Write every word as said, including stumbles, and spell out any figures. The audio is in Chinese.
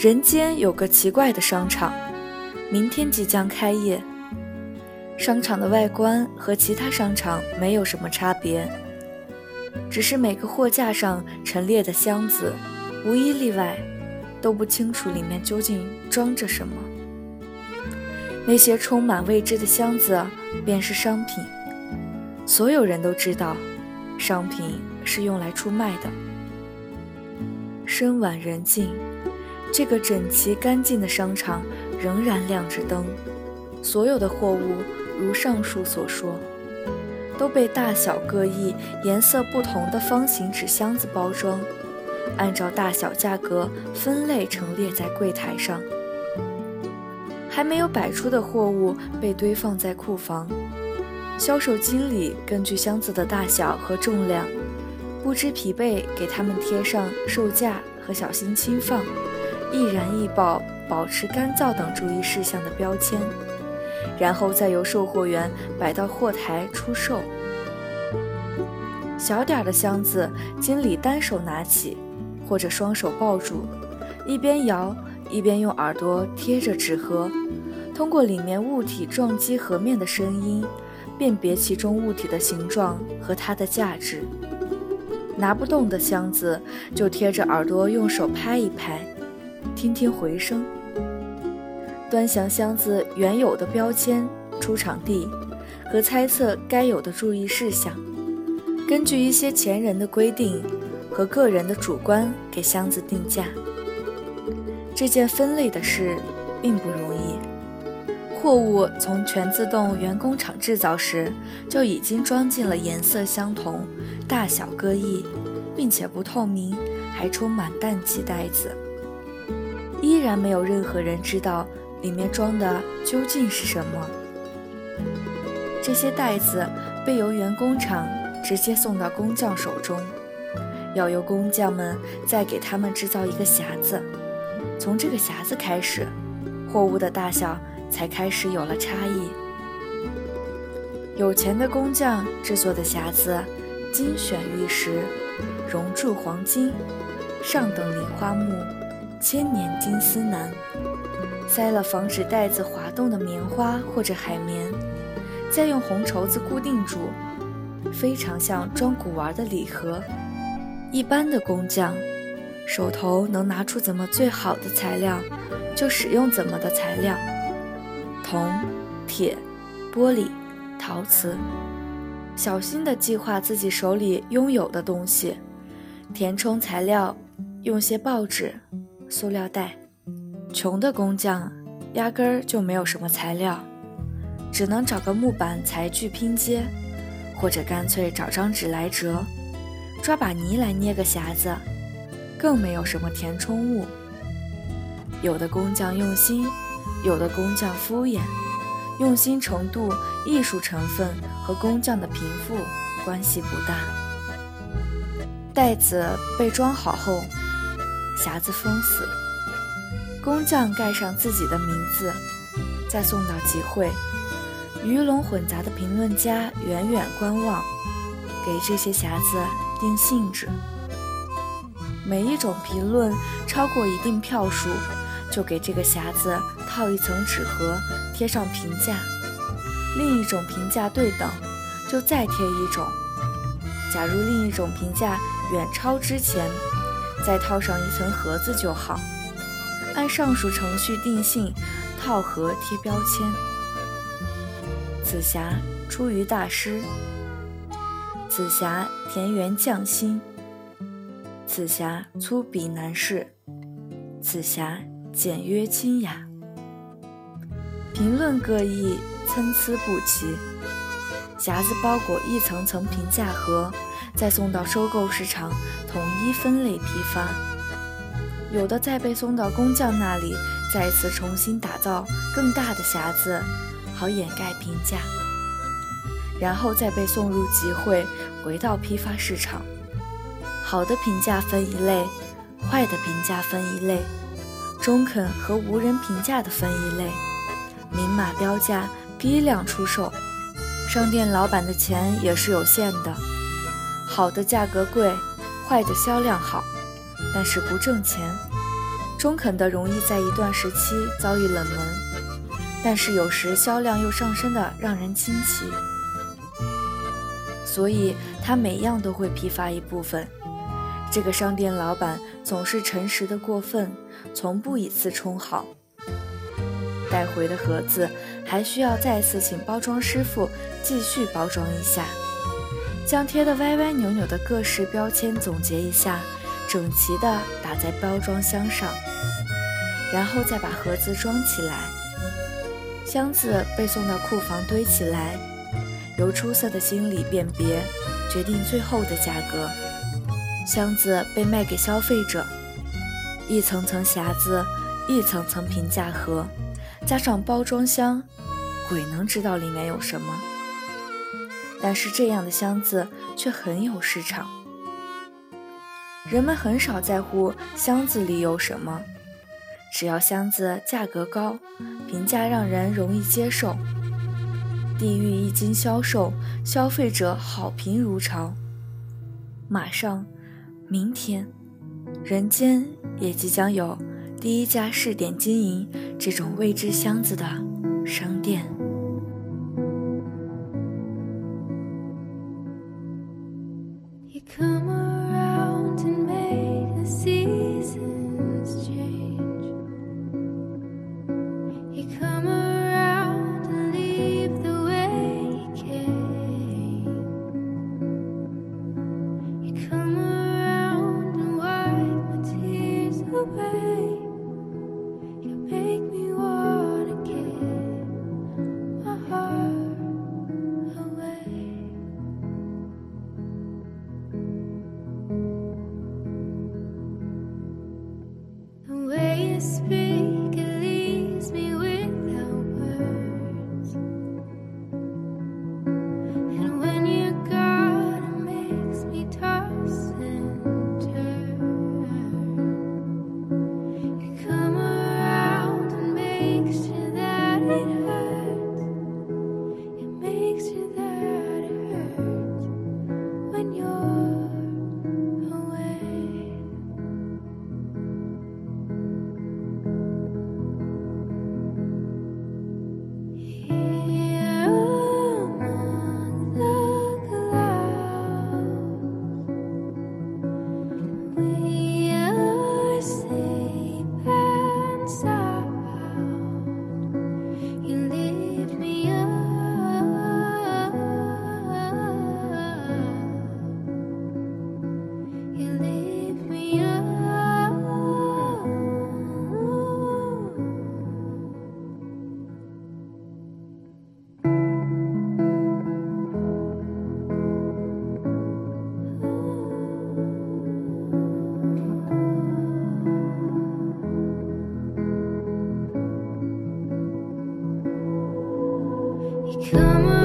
人间有个奇怪的商场，明天即将开业。商场的外观和其他商场没有什么差别，只是每个货架上陈列的箱子，无一例外，都不清楚里面究竟装着什么。那些充满未知的箱子便是商品，所有人都知道，商品是用来出卖的。深晚人静，这个整齐干净的商场仍然亮着灯，所有的货物如上述所说，都被大小各异、颜色不同的方形纸箱子包装，按照大小价格分类陈列在柜台上。还没有摆出的货物被堆放在库房，销售经理根据箱子的大小和重量，不知疲惫给他们贴上售价和小心轻放、易燃易爆、保持干燥等注意事项的标签，然后再由售货员摆到货台出售。小点的箱子，经理单手拿起，或者双手抱住，一边摇一边用耳朵贴着纸盒，通过里面物体撞击盒面的声音，辨别其中物体的形状和它的价值。拿不动的箱子，就贴着耳朵用手拍一拍，听听回声。端详箱子原有的标签、出厂地和猜测该有的注意事项，根据一些前人的规定和个人的主观给箱子定价。这件分类的事并不容易。货物从全自动原工厂制造时就已经装进了颜色相同、大小各异，并且不透明，还充满氮气袋子。依然没有任何人知道里面装的究竟是什么。这些袋子被由原工厂直接送到工匠手中，要由工匠们再给他们制造一个匣子。从这个匣子开始，货物的大小才开始有了差异。有钱的工匠制作的匣子，精选玉石，熔铸黄金，上等梨花木，千年金丝楠，塞了防止袋子滑动的棉花或者海绵，再用红绸子固定住，非常像装古玩的礼盒。一般的工匠手头能拿出怎么最好的材料，就使用怎么的材料，铜、铁、玻璃、陶瓷，小心地计划自己手里拥有的东西，填充材料用些报纸、塑料袋。穷的工匠压根儿就没有什么材料，只能找个木板材具拼接，或者干脆找张纸来折，抓把泥来捏个匣子，更没有什么填充物。有的工匠用心，有的工匠敷衍，用心程度、艺术成分和工匠的贫富关系不大。袋子被装好后，匣子封死，工匠盖上自己的名字，再送到集会。鱼龙混杂的评论家远远观望，给这些匣子定性质。每一种评论超过一定票数，就给这个匣子套一层纸盒，贴上评价。另一种评价对等，就再贴一种。假如另一种评价远超之前，再套上一层盒子就好。按上述程序定性，套盒贴标签。此匣出于大师，此匣田园匠心，此匣粗鄙难事，此匣简约清雅。评论各异，参差不齐。匣子包裹一层层评价盒，再送到收购市场统一分类批发。有的再被送到工匠那里，再次重新打造更大的匣子，好掩盖评价，然后再被送入集会，回到批发市场。好的评价分一类，坏的评价分一类，中肯和无人评价的分一类，明码标价，批量出售。商店老板的钱也是有限的，好的价格贵，坏的销量好，但是不挣钱。 中肯的容易在一段时期遭遇冷门，但是有时销量又上升的让人惊奇。所以他每样都会批发一部分。这个商店老板总是诚实的过分，从不以次充好。带回的盒子还需要再次请包装师傅继续包装一下，将贴得歪歪扭扭的各式标签总结一下，整齐地打在包装箱上，然后再把盒子装起来。箱子被送到库房堆起来，由出色的经理辨别，决定最后的价格。箱子被卖给消费者，一层层匣子，一层层评价盒，加上包装箱，鬼能知道里面有什么。但是这样的箱子却很有市场。人们很少在乎箱子里有什么，只要箱子价格高，评价让人容易接受，地域一经销售，消费者好评如潮。马上明天，人间也即将有第一家试点经营这种未知箱子的商店。 Come on.